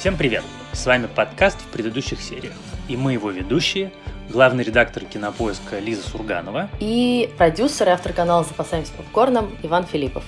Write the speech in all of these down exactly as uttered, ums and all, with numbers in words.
Всем привет! С вами подкаст в предыдущих сериях. И мы его ведущие, главный редактор Кинопоиска Лиза Сурганова и продюсер и автор канала «Запасаемся попкорном» Иван Филиппов.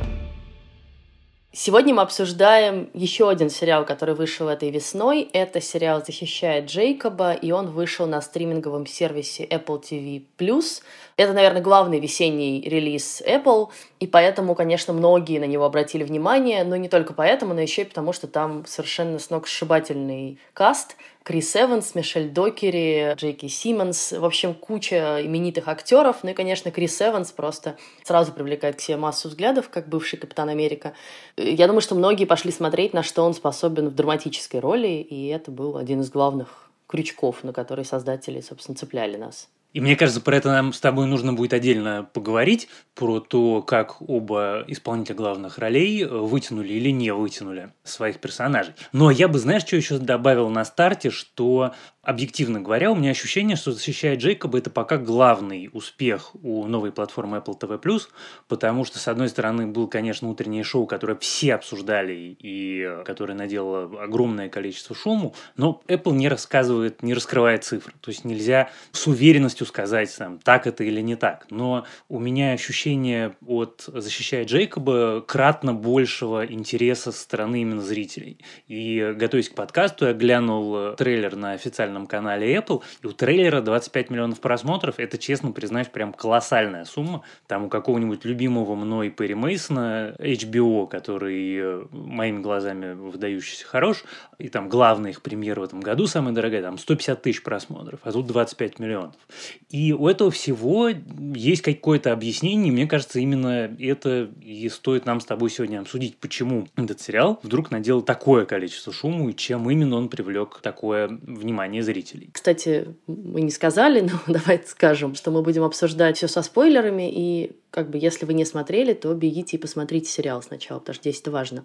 Сегодня мы обсуждаем еще один сериал, который вышел этой весной. Это сериал «Защищая Джейкоба», и он вышел на стриминговом сервисе Apple ти ви плюс. Это, наверное, главный весенний релиз Apple, и поэтому, конечно, многие на него обратили внимание, но не только поэтому, но еще и потому, что там совершенно сногсшибательный каст. Крис Эванс, Мишель Докери, Джейки Симмонс, в общем, куча именитых актеров. Ну и, конечно, Крис Эванс просто сразу привлекает к себе массу взглядов, как бывший Капитан Америка. Я думаю, что многие пошли смотреть, на что он способен в драматической роли, и это был один из главных крючков, на которые создатели, собственно, цепляли нас. И мне кажется, про это нам с тобой нужно будет отдельно поговорить, про то, как оба исполнителя главных ролей вытянули или не вытянули своих персонажей. Но я бы, знаешь, что еще добавил на старте, что, объективно говоря, у меня ощущение, что «Защищая Джейкоба» — это пока главный успех у новой платформы Apple ти ви плюс, потому что, с одной стороны, был, конечно, утреннее шоу, которое все обсуждали и которое наделало огромное количество шуму, но Apple не рассказывает, не раскрывает цифры. То есть нельзя с уверенностью сказать, там, так это или не так. Но у меня ощущение от «Защищая Джейкоба» кратно большего интереса со стороны именно зрителей. И, готовясь к подкасту, я глянул трейлер на официальном канале Apple, и у трейлера двадцать пять миллионов просмотров. Это, честно признаюсь, прям колоссальная сумма. Там у какого-нибудь любимого мной Перри Мейсона эйч би о, который моими глазами выдающийся хорош, и там главная их премьера в этом году, самая дорогая, там сто пятьдесят тысяч просмотров, а тут двадцать пять миллионов. И у этого всего есть какое-то объяснение, мне кажется, именно это и стоит нам с тобой сегодня обсудить, почему этот сериал вдруг наделал такое количество шума, и чем именно он привлек такое внимание зрителей. Кстати, мы не сказали, но давайте скажем, что мы будем обсуждать все со спойлерами, и как бы если вы не смотрели, то бегите и посмотрите сериал сначала, потому что здесь это важно.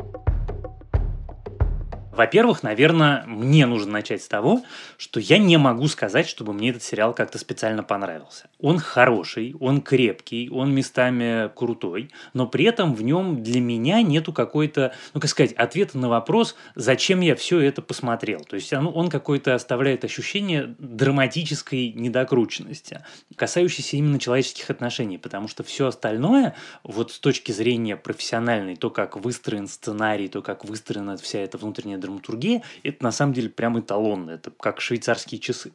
Во-первых, наверное, мне нужно начать с того, что я не могу сказать, чтобы мне этот сериал как-то специально понравился. Он хороший, он крепкий, он местами крутой, но при этом в нем для меня нету какой-то, ну, как сказать, ответа на вопрос, зачем я все это посмотрел. То есть он, он какой-то оставляет ощущение драматической недокрученности, касающейся именно человеческих отношений, потому что все остальное, вот с точки зрения профессиональной, то, как выстроен сценарий, то, как выстроена вся эта внутренняя драматургия, драматургия, это на самом деле прям эталонно, это как швейцарские часы.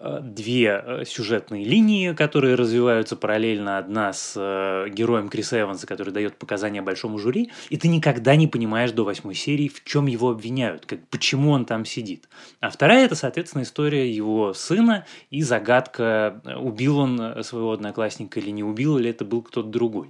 Две сюжетные линии, которые развиваются параллельно, одна с героем Криса Эванса, который дает показания большому жюри, и ты никогда не понимаешь до восьмой серии, в чем его обвиняют, как, почему он там сидит. А вторая – это, соответственно, история его сына и загадка, убил он своего одноклассника или не убил, или это был кто-то другой.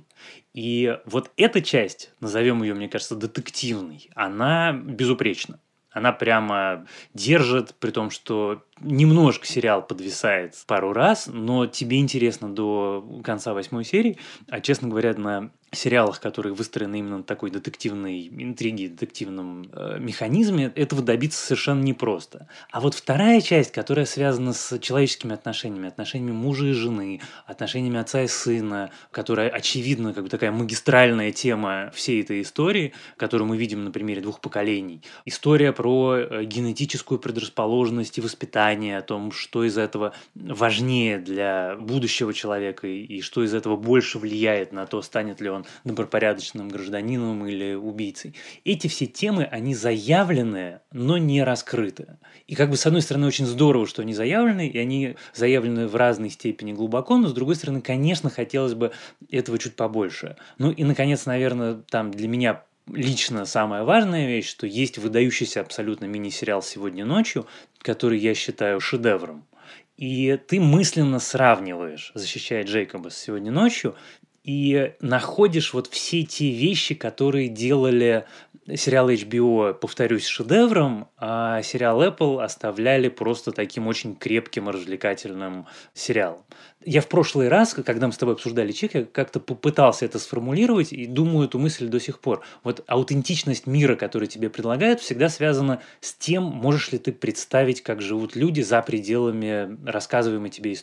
И вот эта часть, назовем ее, мне кажется, детективной, она безупречна. Она прямо держит, при том, что немножко сериал подвисает пару раз, но тебе интересно до конца восьмой серии. А, честно говоря, на сериалах, которые выстроены именно на такой детективной интриге, детективном э, механизме, этого добиться совершенно непросто. А вот вторая часть, которая связана с человеческими отношениями, отношениями мужа и жены, отношениями отца и сына, которая, очевидно, как бы такая магистральная тема всей этой истории, которую мы видим на примере двух поколений. История про э, генетическую предрасположенность и воспитание, о том, что из этого важнее для будущего человека и что из этого больше влияет на то, станет ли он добропорядочным гражданином или убийцей. Эти все темы, они заявлены, но не раскрыты. И как бы с одной стороны очень здорово, что они заявлены, и они заявлены в разной степени глубоко, но с другой стороны, конечно, хотелось бы этого чуть побольше. Ну и, наконец, наверное, там для меня лично самая важная вещь, что есть выдающийся абсолютно мини-сериал «Сегодня ночью», который я считаю шедевром. И ты мысленно сравниваешь «Защищая Джейкоба» с «Сегодня ночью» и находишь вот все те вещи, которые делали сериал эйч би о, повторюсь, шедевром, а сериал Apple оставляли просто таким очень крепким и развлекательным сериалом. Я в прошлый раз, когда мы с тобой обсуждали «Чик», я как-то попытался это сформулировать и думаю эту мысль до сих пор. Вот аутентичность мира, который тебе предлагают, всегда связана с тем, можешь ли ты представить, как живут люди за пределами рассказываемой тебе истории.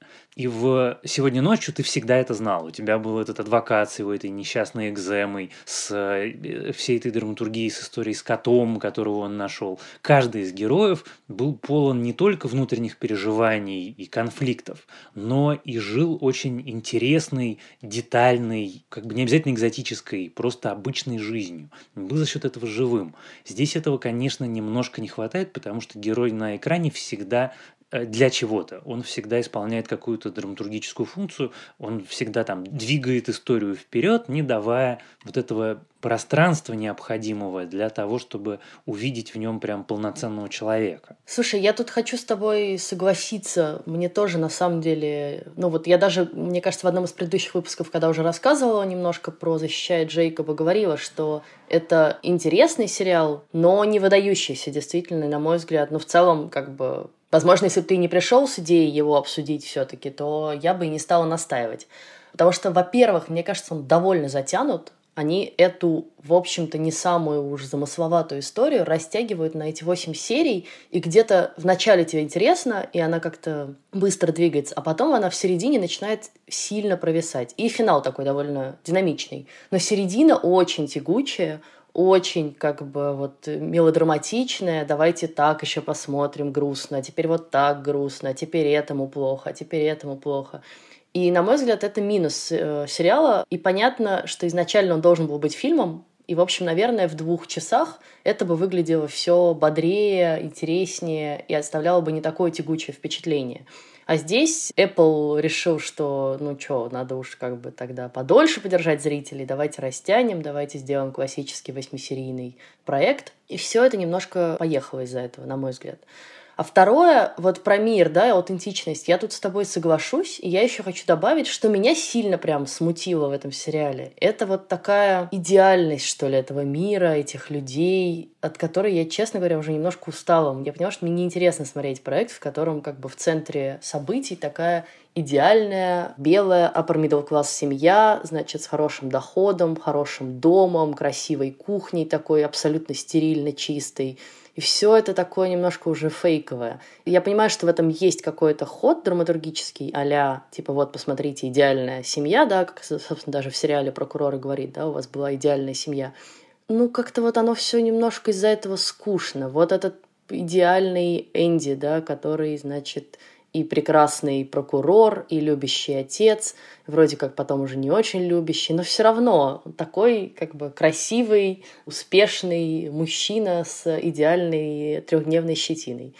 И в «Сегодня ночью» ты всегда это знал. У тебя был этот адвокат с его этой несчастной экземой, с э, всей этой драматургией, с историей с котом, которого он нашел. Каждый из героев был полон не только внутренних переживаний и конфликтов, но и жил очень интересной, детальной, как бы не обязательно экзотической, просто обычной жизнью. Был за счет этого живым. Здесь этого, конечно, немножко не хватает, потому что герой на экране всегда для чего-то. Он всегда исполняет какую-то драматургическую функцию, он всегда там двигает историю вперед, не давая вот этого пространства необходимого для того, чтобы увидеть в нем прям полноценного человека. Слушай, я тут хочу с тобой согласиться. Мне тоже, на самом деле... Ну вот я даже, мне кажется, в одном из предыдущих выпусков, когда уже рассказывала немножко про «Защищая Джейкоба», говорила, что это интересный сериал, но не выдающийся, действительно, на мой взгляд. Но в целом, как бы... Возможно, если бы ты не пришел с идеей его обсудить все-таки, то я бы и не стала настаивать. Потому что, во-первых, мне кажется, он довольно затянут. Они эту, в общем-то, не самую уж замысловатую историю растягивают на эти восемь серий, и где-то в начале тебе интересно, и она как-то быстро двигается, а потом она в середине начинает сильно провисать. И финал такой довольно динамичный. Но середина очень тягучая, очень как бы вот мелодраматичная, давайте так еще посмотрим, грустно, а теперь вот так грустно, а теперь этому плохо, а теперь этому плохо. И, на мой взгляд, это минус э, сериала. И понятно, что изначально он должен был быть фильмом, и, в общем, наверное, в двух часах это бы выглядело все бодрее, интереснее и оставляло бы не такое тягучее впечатление. А здесь Apple решил, что, ну что, надо уж как бы тогда подольше подержать зрителей, давайте растянем, давайте сделаем классический восьмисерийный проект. И все это немножко поехало из-за этого, на мой взгляд. А второе, вот про мир, да, аутентичность, я тут с тобой соглашусь, и я еще хочу добавить, что меня сильно прям смутило в этом сериале. Это вот такая идеальность, что ли, этого мира, этих людей, от которой я, честно говоря, уже немножко устала. Я поняла, что мне неинтересно смотреть проект, в котором как бы в центре событий такая идеальная, белая, upper middle class семья, значит, с хорошим доходом, хорошим домом, красивой кухней такой, абсолютно стерильно чистой. И все это такое немножко уже фейковое. И я понимаю, что в этом есть какой-то ход драматургический, а-ля, типа, вот, посмотрите, идеальная семья, да, как, собственно, даже в сериале «Прокуроры» говорит, да, у вас была идеальная семья. Ну, как-то вот оно все немножко из-за этого скучно. Вот этот идеальный Энди, да, который, значит, и прекрасный прокурор, и любящий отец, вроде как потом уже не очень любящий, но все равно он такой как бы красивый, успешный мужчина с идеальной трехдневной щетиной.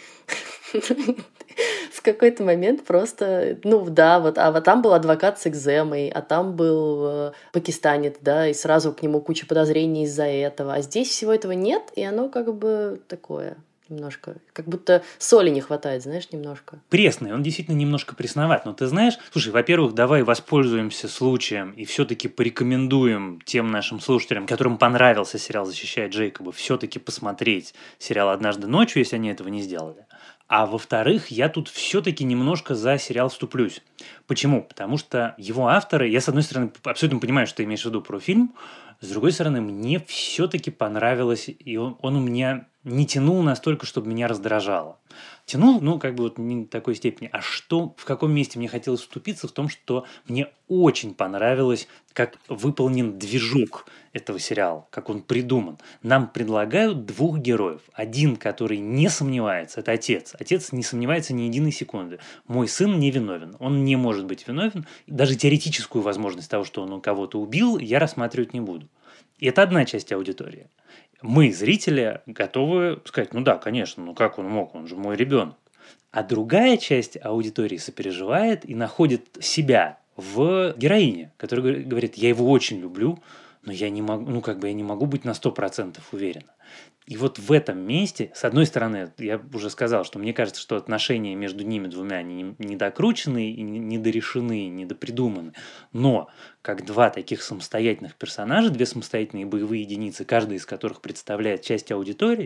В какой-то момент просто, ну да, вот, а вот там был адвокат с экземой, а там был э, пакистанец, да, и сразу к нему куча подозрений из-за этого. А здесь всего этого нет, и оно как бы такое... Немножко. Как будто соли не хватает, знаешь, немножко. Пресный, он действительно немножко пресноват. Но ты знаешь, слушай, во-первых, давай воспользуемся случаем и все-таки порекомендуем тем нашим слушателям, которым понравился сериал «Защищая Джейкоба», все-таки посмотреть сериал «Однажды ночью», если они этого не сделали. А во-вторых, я тут все-таки немножко за сериал вступлюсь. Почему? Потому что его авторы, я с одной стороны абсолютно понимаю, что ты имеешь в виду про фильм, с другой стороны, мне все-таки понравилось, и он, он у меня не тянул настолько, чтобы меня раздражало. Тянул, ну, как бы вот не в такой степени. А что, в каком месте мне хотелось вступиться? В том, что мне очень понравилось, как выполнен движок этого сериала, как он придуман. Нам предлагают двух героев. Один, который не сомневается, это отец. Отец не сомневается ни единой секунды. Мой сын не виновен. Он не может быть виновен. Даже теоретическую возможность того, что он кого-то убил, я рассматривать не буду. И это одна часть аудитории. Мы, зрители, готовы сказать, ну да, конечно, ну как он мог, он же мой ребенок. А другая часть аудитории сопереживает и находит себя в героине, которая говорит, я его очень люблю, но я не могу, ну как бы я не могу быть на сто процентов уверена. И вот в этом месте, с одной стороны, я уже сказал, что мне кажется, что отношения между ними двумя они недокручены, и недорешены, недопридуманы. Но как два таких самостоятельных персонажа, две самостоятельные боевые единицы, каждая из которых представляет часть аудитории,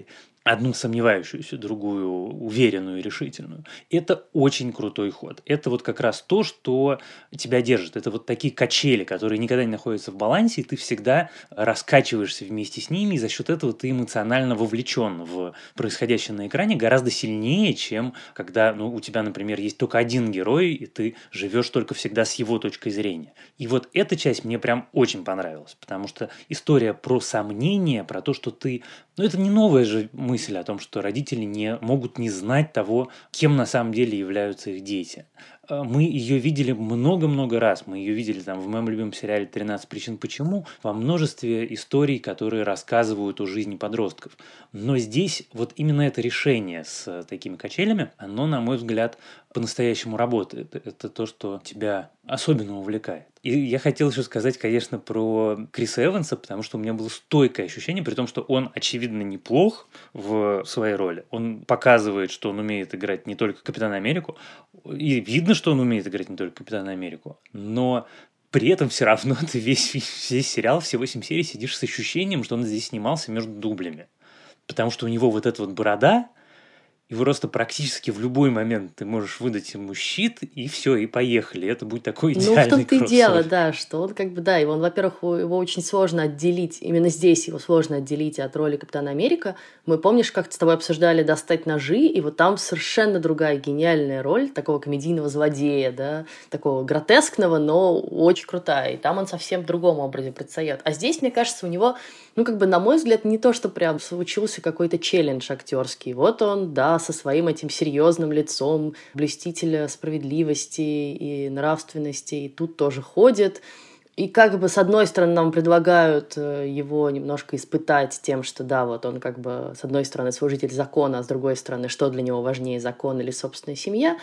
одну сомневающуюся, другую уверенную и решительную. Это очень крутой ход. Это вот как раз то, что тебя держит. Это вот такие качели, которые никогда не находятся в балансе, и ты всегда раскачиваешься вместе с ними, и за счет этого ты эмоционально вовлечен в происходящее на экране гораздо сильнее, чем когда ну, у тебя, например, есть только один герой, и ты живешь только всегда с его точкой зрения. И вот эта часть мне прям очень понравилась, потому что история про сомнения, про то, что ты... Ну, это не новая же мысль о том, что родители не могут не знать того, кем на самом деле являются их дети. Мы ее видели много-много раз. Мы ее видели там в моем любимом сериале «тринадцать причин почему», во множестве историй, которые рассказывают о жизни подростков. Но здесь вот именно это решение с такими качелями, оно, на мой взгляд, по-настоящему работает. Это то, что тебя особенно увлекает. И я хотел еще сказать, конечно, про Криса Эванса, потому что у меня было стойкое ощущение, при том, что он, очевидно, неплох в своей роли. Он показывает, что он умеет играть не только Капитана Америку, и видно, что он умеет играть не только Капитана Америку, но при этом все равно ты весь, весь сериал, все восемь серий сидишь с ощущением, что он здесь снимался между дублями. Потому что у него вот эта вот борода, и просто практически в любой момент ты можешь выдать ему щит, и все, и поехали. Это будет такой идеальный кроссовер. Ну, в том-то и дело, да, что он как бы, да, его, он, во-первых, его очень сложно отделить, именно здесь его сложно отделить от роли Капитана Америка. Мы, помнишь, как с тобой обсуждали «Достать ножи», и вот там совершенно другая гениальная роль такого комедийного злодея, да, такого гротескного, но очень крутая. И там он совсем в другом образе предстает. А здесь, мне кажется, у него, ну, как бы, на мой взгляд, не то, что прям случился какой-то челлендж актерский. Вот он, да, со своим этим серьезным лицом блюстителя справедливости и нравственности, и тут тоже ходит. И как бы с одной стороны нам предлагают его немножко испытать тем, что да, вот он как бы с одной стороны служитель закона, а с другой стороны, что для него важнее, закон или собственная семья.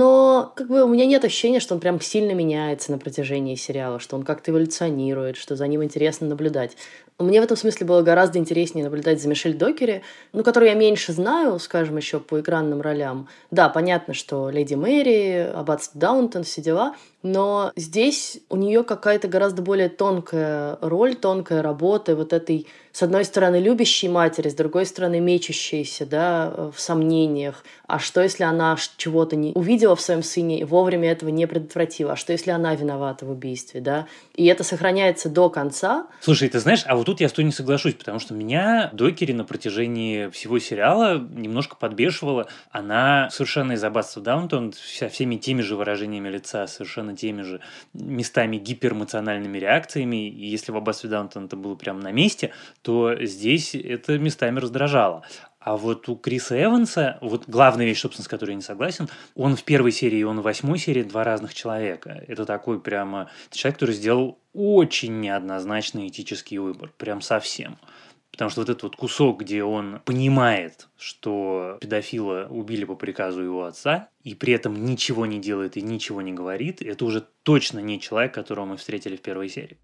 Но как бы у меня нет ощущения, что он прям сильно меняется на протяжении сериала, что он как-то эволюционирует, что за ним интересно наблюдать. Мне в этом смысле было гораздо интереснее наблюдать за Мишель Докери, ну, которую я меньше знаю, скажем, еще по экранным ролям. Да, понятно, что Леди Мэри, Аббатство Даунтон, все дела, но здесь у нее какая-то гораздо более тонкая роль, тонкая работа, вот этой, с одной стороны, любящей матери, с другой стороны, мечущейся, да, в сомнениях. А что, если она чего-то не увидела в своем сыне и вовремя этого не предотвратила? А что, если она виновата в убийстве, да? И это сохраняется до конца. Слушай, ты знаешь, а вот тут я с тобой не соглашусь, потому что меня Докери на протяжении всего сериала немножко подбешивала. Она совершенно из Аббатства Даунтон, вся, всеми теми же выражениями лица, совершенно теми же местами гиперэмоциональными реакциями. И если в Аббатстве Даунтон это было прямо на месте, то здесь это местами раздражало. А вот у Криса Эванса, вот главная вещь, собственно, с которой я не согласен, он в первой серии и он в восьмой серии два разных человека. Это такой прямо человек, который сделал очень неоднозначный этический выбор, прям совсем. Потому что вот этот вот кусок, где он понимает, что педофила убили по приказу его отца, и при этом ничего не делает и ничего не говорит, это уже точно не человек, которого мы встретили в первой серии.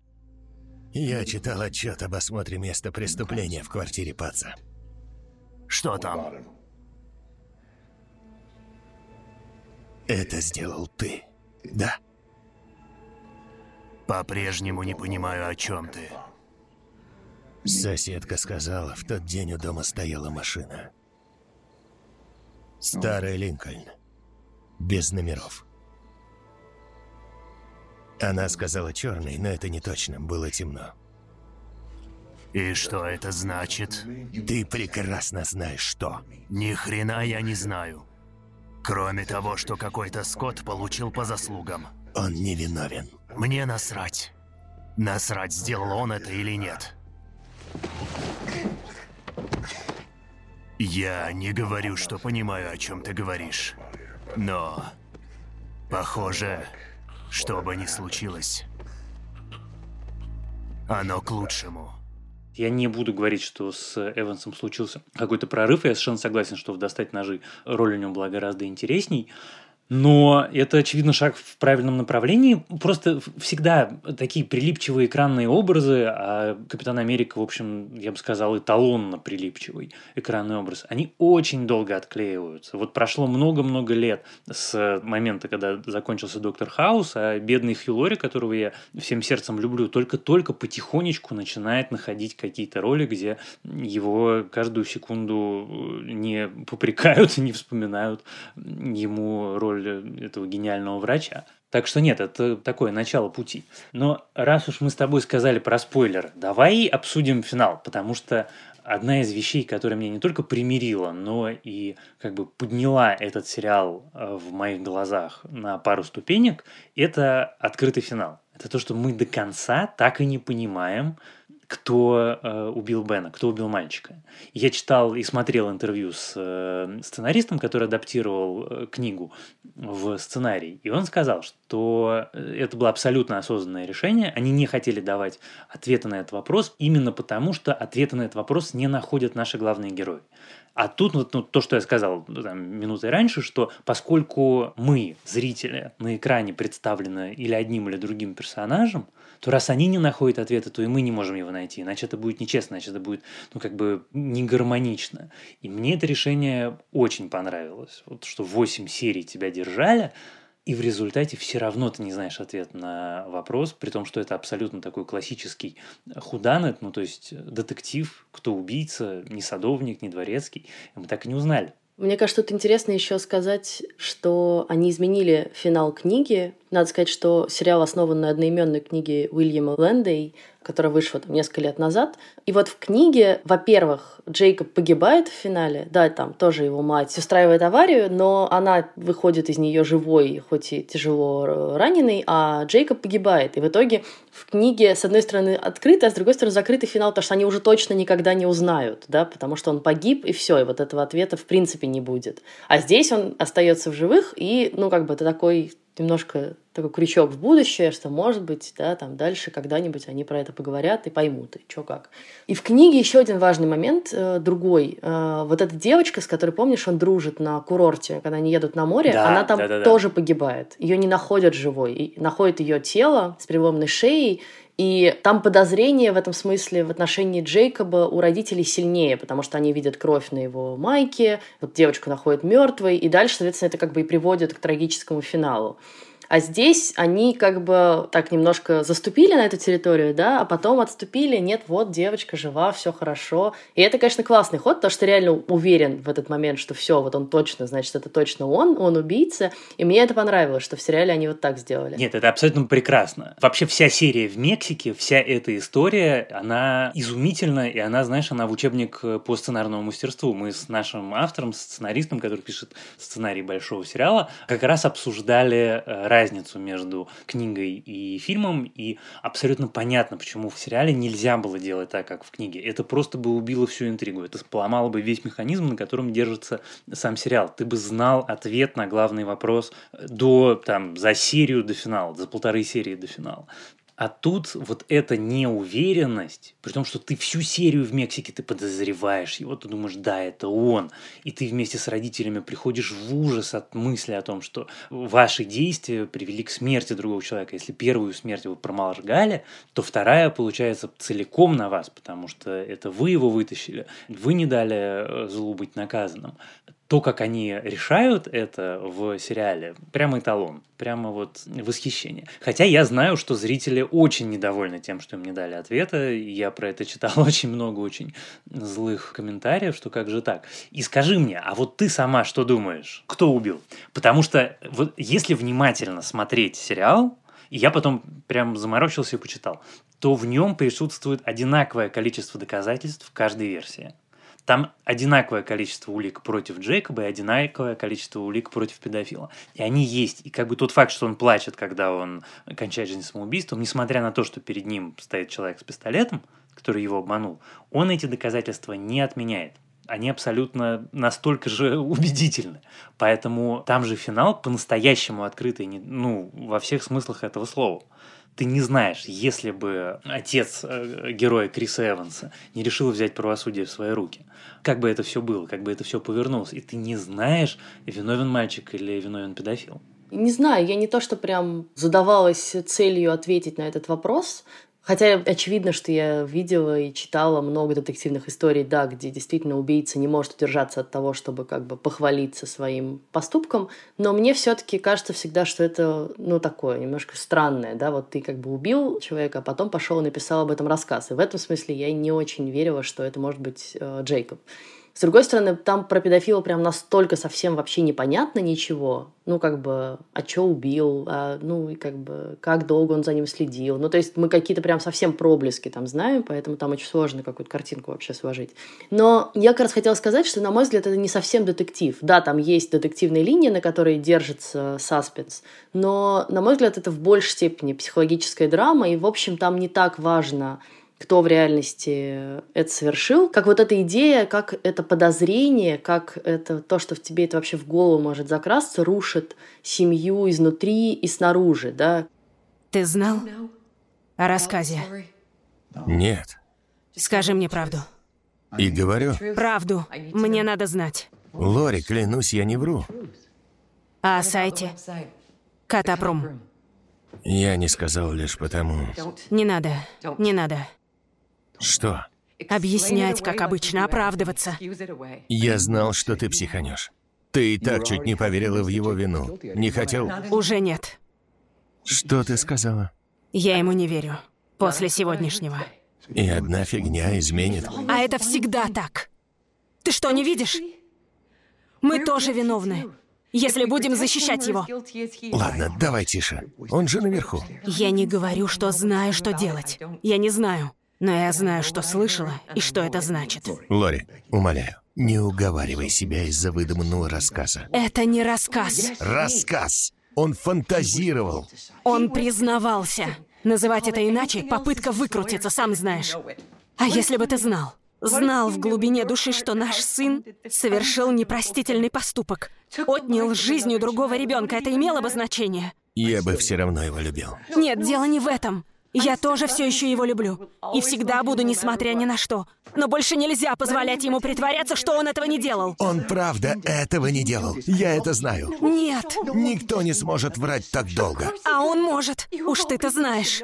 Я читал отчет об осмотре места преступления в квартире Паца. Что там? Это сделал ты, да? По-прежнему не понимаю, о чем ты. Соседка сказала, в тот день у дома стояла машина. Старая Линкольн. Без номеров. Она сказала черный, но это не точно, было темно. И что это значит? Ты прекрасно знаешь, что. Ни хрена я не знаю. Кроме того, что какой-то скот получил по заслугам. Он не виновен. Мне насрать. Насрать, сделал он это или нет. Я не говорю, что понимаю, о чем ты говоришь. Но, похоже, что бы ни случилось, оно к лучшему. Я не буду говорить, что с Эвансом случился какой-то прорыв. Я совершенно согласен, что в «Достать ножи» роль у него была гораздо интересней. Но это, очевидно, шаг в правильном направлении. Просто всегда такие прилипчивые экранные образы, а Капитан Америка, в общем, я бы сказал, эталонно прилипчивый экранный образ, они очень долго отклеиваются. Вот прошло много-много лет с момента, когда закончился Доктор Хаус, а бедный Хью Лори, которого я всем сердцем люблю, только-только потихонечку начинает находить какие-то роли, где его каждую секунду не попрекают, не вспоминают ему роль этого гениального врача. Так что нет, это такое начало пути. Но раз уж мы с тобой сказали про спойлеры, давай обсудим финал, потому что одна из вещей, которая меня не только примирила, но и как бы подняла этот сериал в моих глазах на пару ступенек, это открытый финал. Это то, что мы до конца так и не понимаем, кто э, убил Бена, кто убил мальчика. Я читал и смотрел интервью с э, сценаристом, который адаптировал э, книгу в сценарий, и он сказал, что это было абсолютно осознанное решение, они не хотели давать ответа на этот вопрос, именно потому, что ответа на этот вопрос не находят наши главные герои. А тут вот, ну, то, что я сказал там, минутой раньше, что поскольку мы, зрители, на экране представлены или одним, или другим персонажем, то раз они не находят ответа, то и мы не можем его найти. Иначе это будет нечестно, иначе это будет, ну, как бы не гармонично. И мне это решение очень понравилось. Вот что восемь серий тебя держали, и в результате все равно ты не знаешь ответ на вопрос, при том, что это абсолютно такой классический худанет, ну, то есть детектив, кто убийца, ни садовник, ни дворецкий. И мы так и не узнали. Мне кажется, тут интересно еще сказать, что они изменили финал книги. Надо сказать, что сериал основан на одноименной книге Уильяма Лэндей, которая вышла там несколько лет назад. И вот в книге, во-первых, Джейкоб погибает в финале. Да, там тоже его мать устраивает аварию, но она выходит из нее живой, хоть и тяжело раненый, а Джейкоб погибает. И в итоге в книге, с одной стороны, открытый, а с другой стороны, закрытый финал, потому что они уже точно никогда не узнают, да, потому что он погиб, и все, и вот этого ответа в принципе не будет. А здесь он остается в живых, и, ну, как бы это такой немножко такой крючок в будущее, что, может быть, да, там дальше когда-нибудь они про это поговорят и поймут, и чё как. И в книге еще один важный момент, э, другой. Э, вот эта девочка, с которой, помнишь, он дружит на курорте, когда они едут на море, Да, она там да, да, да. тоже погибает. Ее не находят живой. И находят ее тело с переломной шеей, и там подозрение в этом смысле в отношении Джейкоба у родителей сильнее, потому что они видят кровь на его майке, вот девочку находят мертвой, и дальше, соответственно, это как бы и приводит к трагическому финалу. А здесь они как бы так немножко заступили на эту территорию, да, а потом отступили, нет, вот девочка жива, все хорошо. И это, конечно, классный ход, потому что реально уверен в этот момент, что все, вот он точно, значит, это точно он, он убийца. И мне это понравилось, что в сериале они вот так сделали. Нет, это абсолютно прекрасно. Вообще вся серия в Мексике, вся эта история, она изумительна, и она, знаешь, она в учебник по сценарному мастерству. Мы с нашим автором, с сценаристом, который пишет сценарий большого сериала, как раз обсуждали разницу между книгой и фильмом, и абсолютно понятно, почему в сериале нельзя было делать так, как в книге. Это просто бы убило всю интригу, это поломало бы весь механизм, на котором держится сам сериал. Ты бы знал ответ на главный вопрос до, там, за серию до финала, за полторы серии до финала. А тут вот эта неуверенность, при том, что ты всю серию в Мексике, ты подозреваешь его, ты думаешь, да, это он, и ты вместе с родителями приходишь в ужас от мысли о том, что ваши действия привели к смерти другого человека. Если первую смерть вы проморгали, то вторая получается целиком на вас, потому что это вы его вытащили, вы не дали злу быть наказанным. То, как они решают это в сериале, прямо эталон, прямо вот восхищение. Хотя я знаю, что зрители очень недовольны тем, что им не дали ответа. Я про это читал очень много очень злых комментариев, что как же так. И скажи мне, а вот ты сама что думаешь? Кто убил? Потому что вот если внимательно смотреть сериал, и я потом прям заморочился и почитал, то в нем присутствует одинаковое количество доказательств в каждой версии. Там одинаковое количество улик против Джейкоба и одинаковое количество улик против педофила. И они есть. И как бы тот факт, что он плачет, когда он кончает жизнь самоубийством, несмотря на то, что перед ним стоит человек с пистолетом, который его обманул, он эти доказательства не отменяет. Они абсолютно настолько же убедительны. Поэтому там же финал по-настоящему открытый, ну, во всех смыслах этого слова. Ты не знаешь, если бы отец э, героя Криса Эванса не решил взять правосудие в свои руки, как бы это все было, как бы это все повернулось, и ты не знаешь, виновен мальчик или виновен педофил. Не знаю, я не то, что прям задавалась целью ответить на этот вопрос, хотя очевидно, что я видела и читала много детективных историй, да, где действительно убийца не может удержаться от того, чтобы как бы похвалиться своим поступком, но мне все-таки кажется всегда, что это, ну, такое немножко странное, да, вот ты как бы убил человека, а потом пошел и написал об этом рассказ, и в этом смысле я не очень верила, что это может быть э, Джейкоб. С другой стороны, там про педофила прям настолько совсем вообще непонятно ничего. Ну, как бы, а чё убил, а, ну, и как бы, как долго он за ним следил. Ну, то есть мы какие-то прям совсем проблески там знаем, поэтому там очень сложно какую-то картинку вообще сложить. Но я как раз хотела сказать, что, на мой взгляд, это не совсем детектив. Да, там есть детективные линии, на которые держится саспенс, но, на мой взгляд, это в большей степени психологическая драма, и, в общем, там не так важно, кто в реальности это совершил, как вот эта идея, как это подозрение, как это то, что в тебе это вообще в голову может закрасться, рушит семью изнутри и снаружи, да. Ты знал о рассказе? Нет. Скажи мне правду. И говорю, Правду. Мне надо знать. Лори, клянусь, я не вру. А о сайте? Катапром. Я не сказал лишь потому... Не надо. Не надо. Что? Объяснять, как обычно, оправдываться. Я знал, что ты психанешь. Ты и так чуть не поверила в его вину. Не хотел... Уже нет. Что ты сказала? Я ему не верю. После сегодняшнего. И одна фигня изменит. А это всегда так. Ты что, не видишь? Мы тоже виновны, если будем защищать его. Ладно, давай тише. Он же наверху. Я не говорю, что знаю, что делать. Я не знаю. Но я знаю, что слышала и что это значит. Лори, умоляю, не уговаривай себя из-за выдуманного рассказа. Это не рассказ. Рассказ! Он фантазировал. Он признавался. Называть это иначе — попытка выкрутиться, сам знаешь. А если бы ты знал? Знал в глубине души, что наш сын совершил непростительный поступок. Отнял жизнь у другого ребенка. Это имело бы значение? Я бы все равно его любил. Нет, дело не в этом. Я тоже все еще его люблю. И всегда буду, несмотря ни на что. Но больше нельзя позволять ему притворяться, что он этого не делал. Он правда этого не делал. Я это знаю. Нет. Никто не сможет врать так долго. А он может. Уж ты-то знаешь.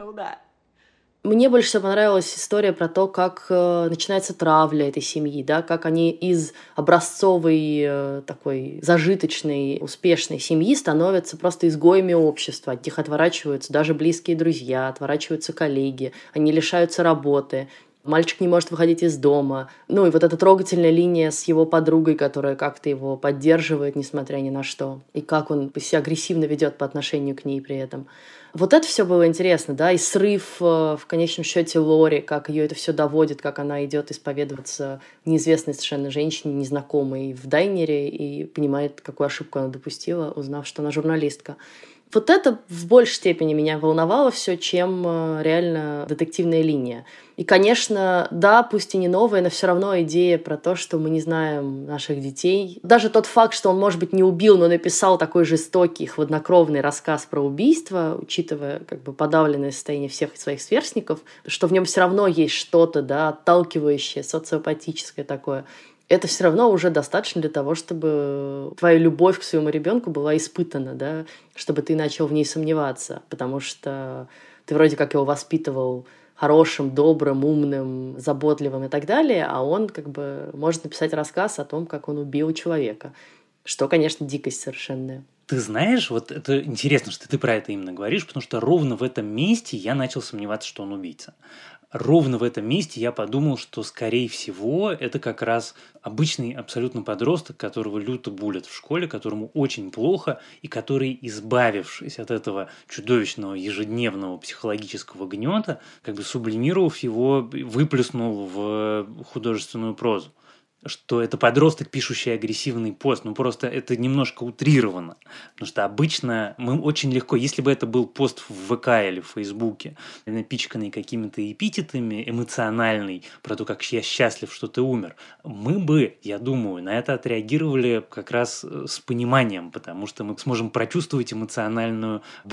Мне больше всего понравилась история про то, как э, начинается травля этой семьи, да, как они из образцовой, э, такой зажиточной, успешной семьи становятся просто изгоями общества. От них отворачиваются даже близкие друзья, отворачиваются коллеги, они лишаются работы. Мальчик не может выходить из дома. Ну и вот эта трогательная линия с его подругой, которая как-то его поддерживает, несмотря ни на что. И как он себя агрессивно ведет по отношению к ней при этом. Вот это все было интересно, да, и срыв в конечном счете Лори, как ее это все доводит, как она идет исповедоваться неизвестной совершенно женщине, незнакомой в дайнере, и понимает, какую ошибку она допустила, узнав, что она журналистка. Вот это в большей степени меня волновало все, чем реально детективная линия. И, конечно, да, пусть и не новая, но все равно идея про то, что мы не знаем наших детей. Даже тот факт, что он, может быть, не убил, но написал такой жестокий, хладнокровный рассказ про убийство, учитывая как бы подавленное состояние всех своих сверстников, что в нем все равно есть что-то, да, отталкивающее, социопатическое такое. Это все равно уже достаточно для того, чтобы твоя любовь к своему ребенку была испытана, да, чтобы ты начал в ней сомневаться, потому что ты вроде как его воспитывал хорошим, добрым, умным, заботливым и так далее, а он как бы может написать рассказ о том, как он убил человека, что, конечно, дикость совершенная. Ты знаешь, вот это интересно, что ты про это именно говоришь, потому что ровно в этом месте я начал сомневаться, что он убийца. Ровно в этом месте я подумал, что, скорее всего, это как раз обычный абсолютно подросток, которого люто булят в школе, которому очень плохо, и который, избавившись от этого чудовищного ежедневного психологического гнета, как бы сублимировав его, выплеснул в художественную прозу. Что это подросток, пишущий агрессивный пост. Ну, просто это немножко утрировано. Потому что обычно мы очень легко, если бы это был пост в ВК или в Фейсбуке, напичканный какими-то эпитетами, эмоциональный, про то, как я счастлив, что ты умер, мы бы, я думаю, на это отреагировали как раз с пониманием, потому что мы сможем прочувствовать эмоциональную боль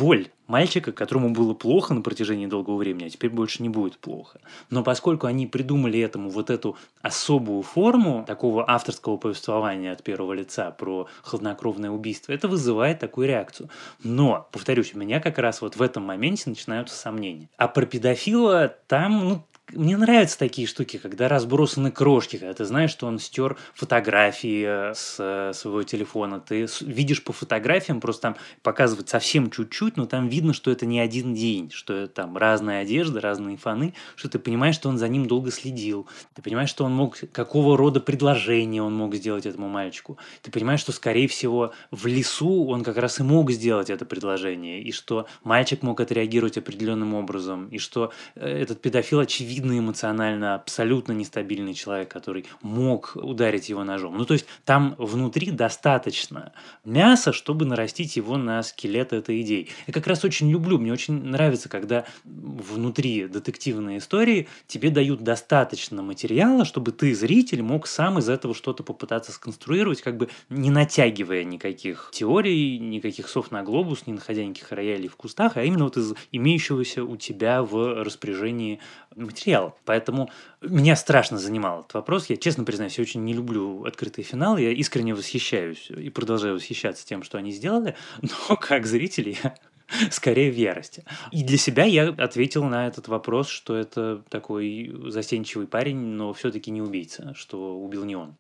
мальчика, которому было плохо на протяжении долгого времени, а теперь больше не будет плохо. Но поскольку они придумали этому вот эту особую форму такого авторского повествования от первого лица про хладнокровное убийство, это вызывает такую реакцию. Но, повторюсь, у меня как раз вот в этом моменте начинаются сомнения. А про педофила там, ну, мне нравятся такие штуки, когда разбросаны крошки, когда ты знаешь, что он стер фотографии с своего телефона. Ты видишь по фотографиям, просто там показывают совсем чуть-чуть, но там видно, что это не один день, что это там разная одежда, разные фоны, что ты понимаешь, что он за ним долго следил. Ты понимаешь, что он мог, какого рода предложение он мог сделать этому мальчику. Ты понимаешь, что, скорее всего, в лесу он как раз и мог сделать это предложение, и что мальчик мог отреагировать определенным образом, и что этот педофил, очевидно, эмоционально абсолютно нестабильный человек, который мог ударить его ножом. Ну, то есть там внутри достаточно мяса, чтобы нарастить его на скелет этой идеи. Я как раз очень люблю, мне очень нравится, когда внутри детективной истории тебе дают достаточно материала, чтобы ты, зритель, мог сам из этого что-то попытаться сконструировать, как бы не натягивая никаких теорий, никаких сов на глобус, не находя никаких роялей в кустах, а именно вот из имеющегося у тебя в распоряжении материала. Поэтому меня страшно занимал этот вопрос. Я, честно признаюсь, я очень не люблю открытый финал. Я искренне восхищаюсь и продолжаю восхищаться тем, что они сделали. Но как зритель я скорее в ярости. И для себя я ответил на этот вопрос, что это такой застенчивый парень, но все-таки не убийца, что убил не он.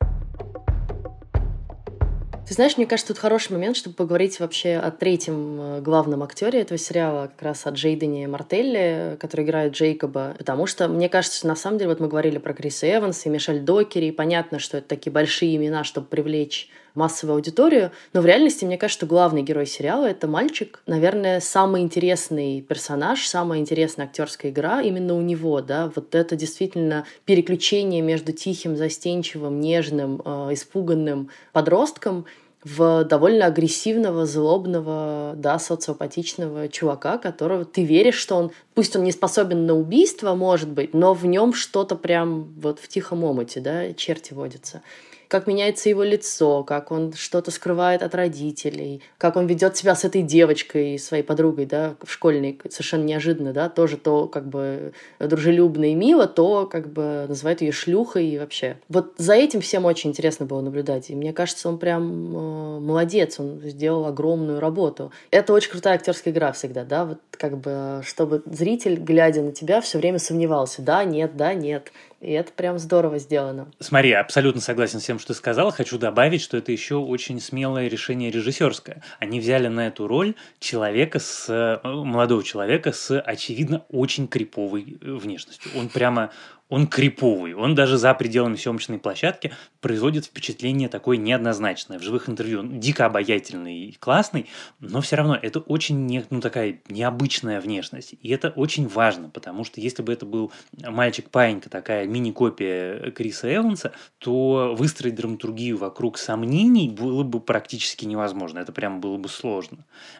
Ты знаешь, мне кажется, тут хороший момент, чтобы поговорить вообще о третьем главном актере этого сериала, как раз о Джейдене Мартелле, который играет Джейкоба. Потому что, мне кажется, на самом деле, вот мы говорили про Криса Эванса и Мишель Докери, и понятно, что это такие большие имена, чтобы привлечь массовую аудиторию, но в реальности, мне кажется, что главный герой сериала — это мальчик. Наверное, самый интересный персонаж, самая интересная актерская игра именно у него, да, вот это действительно переключение между тихим, застенчивым, нежным, э, испуганным подростком в довольно агрессивного, злобного, да, социопатичного чувака, которого ты веришь, что он, пусть он не способен на убийство, может быть, но в нем что-то прям вот в тихом омуте, да, черти водятся. Как меняется его лицо, как он что-то скрывает от родителей, как он ведет себя с этой девочкой, своей подругой, да, в школьной, совершенно неожиданно, да, тоже то как бы дружелюбно и мило, то как бы называют ее шлюхой и вообще. Вот за этим всем очень интересно было наблюдать, и мне кажется, он прям э, молодец, он сделал огромную работу. Это очень крутая актерская игра всегда, да, вот как бы, чтобы зритель, глядя на тебя, все время сомневался, да, нет, да, нет. И это прям здорово сделано. Смотри, я абсолютно согласен с тем, что ты сказал. Хочу добавить, что это еще очень смелое решение режиссерское. Они взяли на эту роль человека с молодого человека с, очевидно, очень криповой внешностью. Он прямо... Он криповый, он даже за пределами съемочной площадки производит впечатление такое неоднозначное. В живых интервью он дико обаятельный и классный, но все равно это очень не, ну, такая необычная внешность. И это очень важно, потому что если бы это был мальчик-паинька, такая мини-копия Криса Эванса, то выстроить драматургию вокруг сомнений было бы практически невозможно. Это прямо было бы сложно.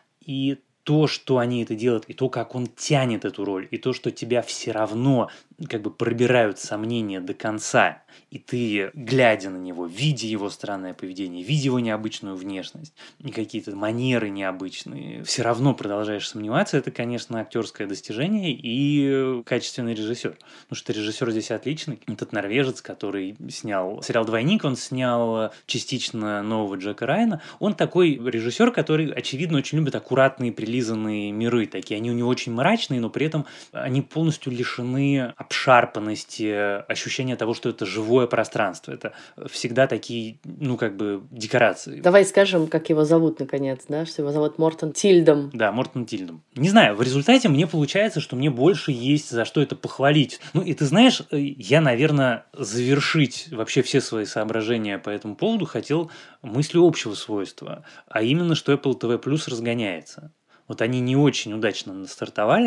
И то, что они это делают, и то, как он тянет эту роль, и то, что тебя все равно как бы пробирают сомнения до конца, и ты, глядя на него, видя его странное поведение, видя его необычную внешность, и какие-то манеры необычные, все равно продолжаешь сомневаться, это, конечно, актерское достижение и качественный режиссер. Потому что режиссер здесь отличный. Этот норвежец, который снял сериал «Двойник», он снял частично нового Джека Райана. Он такой режиссер, который, очевидно, очень любит аккуратные, прилизанные миры. Такие. Они у него очень мрачные, но при этом они полностью лишены обшарпанности, ощущения того, что это живое пространство. Это всегда такие, ну, как бы, декорации. Давай скажем, как его зовут, наконец, да? Что его зовут Мортон Тильдом. Да, Мортон Тильдом. Не знаю, в результате мне получается, что мне больше есть за что это похвалить. Ну, и ты знаешь, я, наверное, завершить вообще все свои соображения по этому поводу хотел мыслью общего свойства, а именно, что Apple ти ви Plus разгоняется. Вот они не очень удачно стартовали,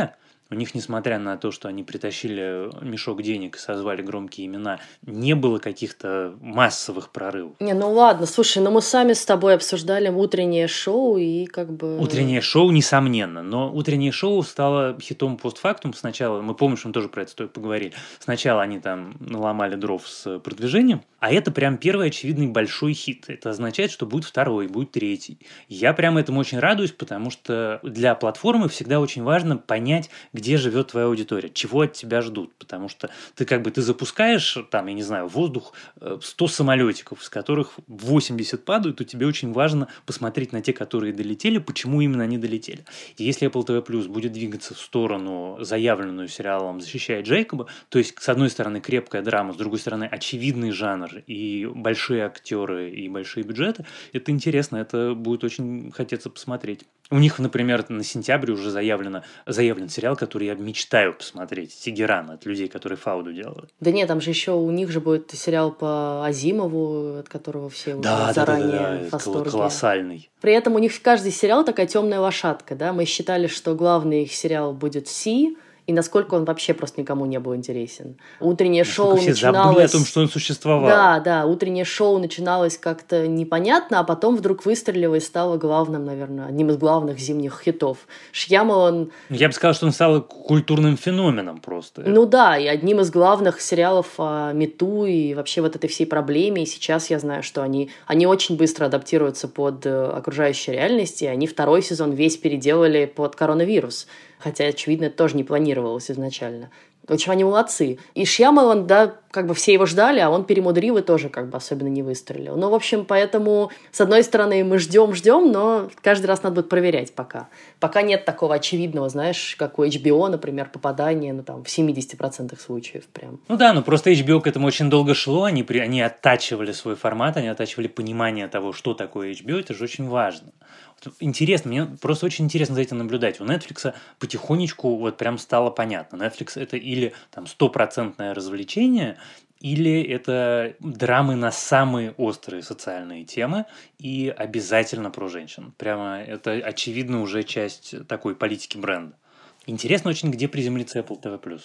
У них, несмотря на то, что они притащили мешок денег и созвали громкие имена, не было каких-то массовых прорывов. Не, ну ладно, слушай, ну мы сами с тобой обсуждали утреннее шоу и как бы... Утреннее шоу, несомненно, но утреннее шоу стало хитом постфактум. Сначала, мы помним, что мы тоже про это поговорили, сначала они там наломали дров с продвижением, а это прям первый очевидный большой хит. Это означает, что будет второй, будет третий. Я прям этому очень радуюсь, потому что для платформы всегда очень важно понять, где живет твоя аудитория, чего от тебя ждут, потому что ты как бы ты запускаешь там, я не знаю, в воздух сто самолетиков, из которых восемьдесят падают, то тебе очень важно посмотреть на те, которые долетели, почему именно они долетели. И если Apple ти ви Plus будет двигаться в сторону, заявленную сериалом «Защищая Джейкоба», то есть, с одной стороны, крепкая драма, с другой стороны, очевидный жанр и большие актеры, и большие бюджеты, это интересно, это будет очень хотеться посмотреть. У них, например, на сентябрь уже заявлено, заявлен сериал, который я мечтаю посмотреть, «Тегеран», от людей, которые Фауду делают. Да нет, там же еще у них же будет сериал по Азимову, от которого все да, уже заранее да, да, да, в восторге. Колоссальный. При этом у них каждый сериал такая темная лошадка, да? Мы считали, что главный их сериал будет «Си», и насколько он вообще просто никому не был интересен. Утреннее насколько шоу все начиналось... забыли о том, что он существовал. Да, да, утреннее шоу начиналось как-то непонятно, а потом вдруг выстрелило и стало главным, наверное, одним из главных зимних хитов. Шьямалан... Я бы сказал, что он стал культурным феноменом просто. Ну да, и одним из главных сериалов о Мету и вообще вот этой всей проблеме. И сейчас я знаю, что они, они очень быстро адаптируются под окружающую реальность, и они второй сезон весь переделали под коронавирус. Хотя, очевидно, это тоже не планировалось изначально. В общем, они молодцы. И Шьямалан, да, как бы все его ждали, а он перемудрил и тоже как бы особенно не выстрелил. Ну, в общем, поэтому, с одной стороны, мы ждем-ждем, но каждый раз надо будет проверять пока. Пока нет такого очевидного, знаешь, как у эйч би о, например, попадания, ну, там, в семьдесят процентов случаев прям. Ну да, ну просто эйч би о к этому очень долго шло, они, при, они оттачивали свой формат, они оттачивали понимание того, что такое эйч би о, это же очень важно. Интересно, мне просто очень интересно за этим наблюдать. У Netflix потихонечку вот прям стало понятно. Netflix это или там стопроцентное развлечение, или это драмы на самые острые социальные темы и обязательно про женщин. Прямо это очевидно уже часть такой политики бренда. Интересно очень, где приземлится Apple ти ви Plus.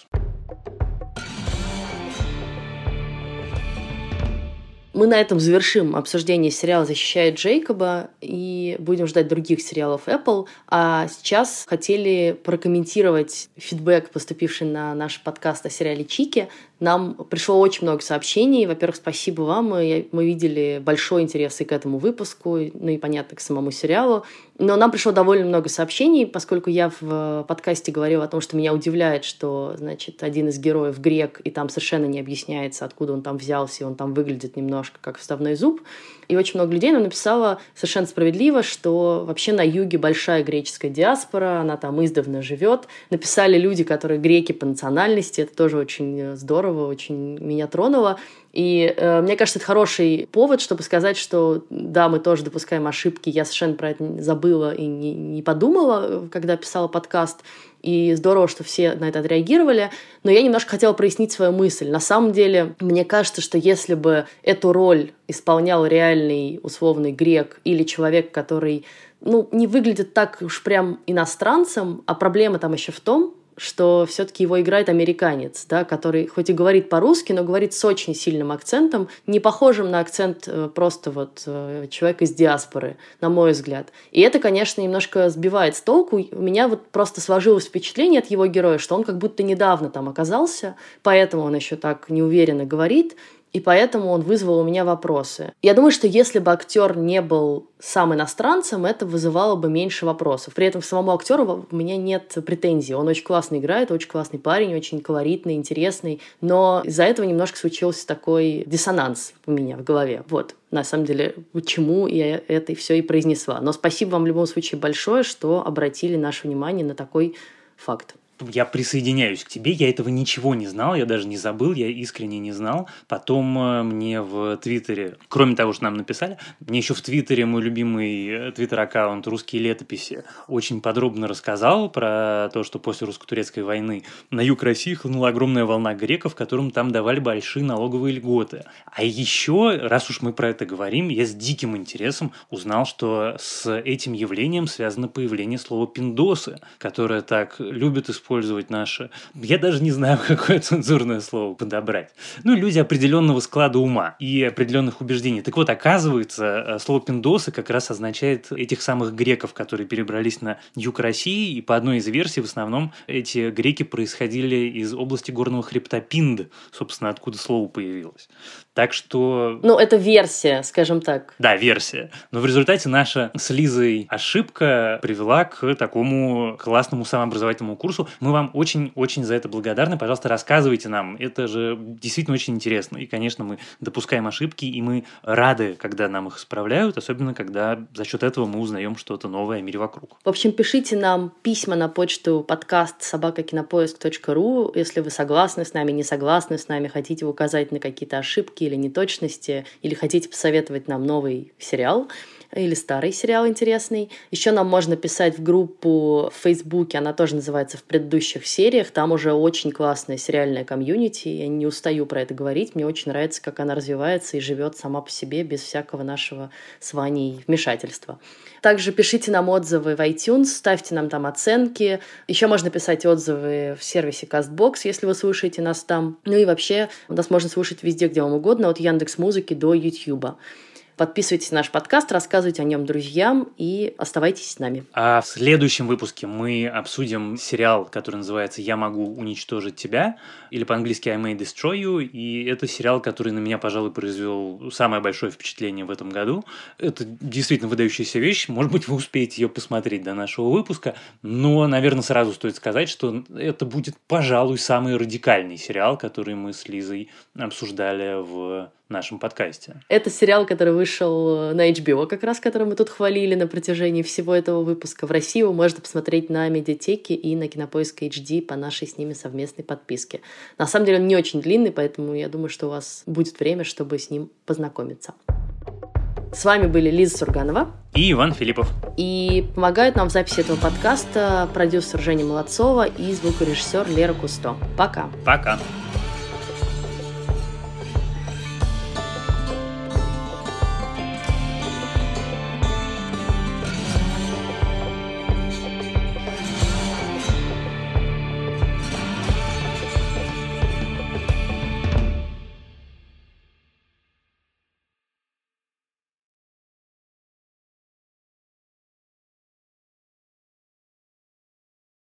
Мы на этом завершим обсуждение сериала «Защищая Джейкоба» и будем ждать других сериалов Apple. А сейчас хотели прокомментировать фидбэк, поступивший на наш подкаст о сериале «Чики». Нам пришло очень много сообщений. Во-первых, спасибо вам. Мы, мы видели большой интерес и к этому выпуску, ну и, понятно, к самому сериалу. Но нам пришло довольно много сообщений, поскольку я в подкасте говорила о том, что меня удивляет, что, значит, один из героев грек, и там совершенно не объясняется, откуда он там взялся, и он там выглядит немножко как вставной зуб. И очень много людей нам написало совершенно справедливо, что вообще на юге большая греческая диаспора, она там издавна живет. Написали люди, которые греки по национальности, это тоже очень здорово, очень меня тронуло. И э, мне кажется, это хороший повод, чтобы сказать, что да, мы тоже допускаем ошибки. Я совершенно про это забыла и не, не подумала, когда писала подкаст. И здорово, что все на это отреагировали. Но я немножко хотела прояснить свою мысль. На самом деле, мне кажется, что если бы эту роль исполнял реальный условный грек или человек, который, ну, не выглядит так уж прям иностранцем, а проблема там еще в том, что все-таки его играет американец, да, который хоть и говорит по-русски, но говорит с очень сильным акцентом, не похожим на акцент просто вот человека из диаспоры, на мой взгляд. И это, конечно, немножко сбивает с толку. У меня вот просто сложилось впечатление от его героя, что он как будто недавно там оказался, поэтому он еще так неуверенно говорит, и поэтому он вызвал у меня вопросы. Я думаю, что если бы актер не был сам иностранцем, это вызывало бы меньше вопросов. При этом к самому актеру у меня нет претензий. Он очень классно играет, очень классный парень, очень колоритный, интересный. Но из-за этого немножко случился такой диссонанс у меня в голове. Вот, на самом деле, почему я это все и произнесла. Но спасибо вам в любом случае большое, что обратили наше внимание на такой факт. Я присоединяюсь к тебе, я этого ничего не знал, я даже не забыл, я искренне не знал. Потом мне в Твиттере, кроме того, что нам написали, мне еще в Твиттере мой любимый твиттер-аккаунт «Русские летописи» очень подробно рассказал про то, что после русско-турецкой войны на юг России хлынула огромная волна греков, которым там давали большие налоговые льготы. А еще, раз уж мы про это говорим, я с диким интересом узнал, что с этим явлением связано появление слова «пиндосы», которое так любят использовать использовать наше... Я даже не знаю, какое цензурное слово подобрать. Ну, люди определенного склада ума и определенных убеждений. Так вот, оказывается, слово «пиндосы» как раз означает этих самых греков, которые перебрались на юг России, и по одной из версий, в основном, эти греки происходили из области горного хребта Пинд, собственно, откуда слово появилось. Так что... Ну, это версия, скажем так. Да, версия. Но в результате наша с Лизой ошибка привела к такому классному самообразовательному курсу. Мы вам очень-очень за это благодарны. Пожалуйста, рассказывайте нам. Это же действительно очень интересно. И, конечно, мы допускаем ошибки, и мы рады, когда нам их исправляют, особенно когда за счет этого мы узнаем что-то новое о мире вокруг. В общем, пишите нам письма на почту подкаст собака кинопоиск точка ру, если вы согласны с нами, не согласны с нами, хотите указать на какие-то ошибки или неточности, или хотите посоветовать нам новый сериал или старый сериал интересный. Еще нам можно писать в группу в Фейсбуке, она тоже называется «В предыдущих сериях». Там уже очень классная сериальная комьюнити. Я не устаю про это говорить. Мне очень нравится, как она развивается и живет сама по себе без всякого нашего с Ваней вмешательства. Также пишите нам отзывы в iTunes, ставьте нам там оценки. Еще можно писать отзывы в сервисе CastBox, если вы слушаете нас там. Ну и вообще, нас можно слушать везде, где вам угодно, от Яндекс.Музыки до Ютьюба. Подписывайтесь на наш подкаст, рассказывайте о нем друзьям и оставайтесь с нами. А в следующем выпуске мы обсудим сериал, который называется «Я могу уничтожить тебя», или по-английски «I may destroy you», и это сериал, который на меня, пожалуй, произвел самое большое впечатление в этом году. Это действительно выдающаяся вещь, может быть, вы успеете ее посмотреть до нашего выпуска, но, наверное, сразу стоит сказать, что это будет, пожалуй, самый радикальный сериал, который мы с Лизой обсуждали в нашем подкасте. Это сериал, который вышел на эйч би о, как раз, который мы тут хвалили на протяжении всего этого выпуска. В России его можно посмотреть на Медиатеке и на Кинопоиск эйч ди по нашей с ними совместной подписке. На самом деле он не очень длинный, поэтому я думаю, что у вас будет время, чтобы с ним познакомиться. С вами были Лиза Сурганова и Иван Филиппов. И помогают нам в записи этого подкаста продюсер Женя Молодцова и звукорежиссер Лера Кусто. Пока. Пока.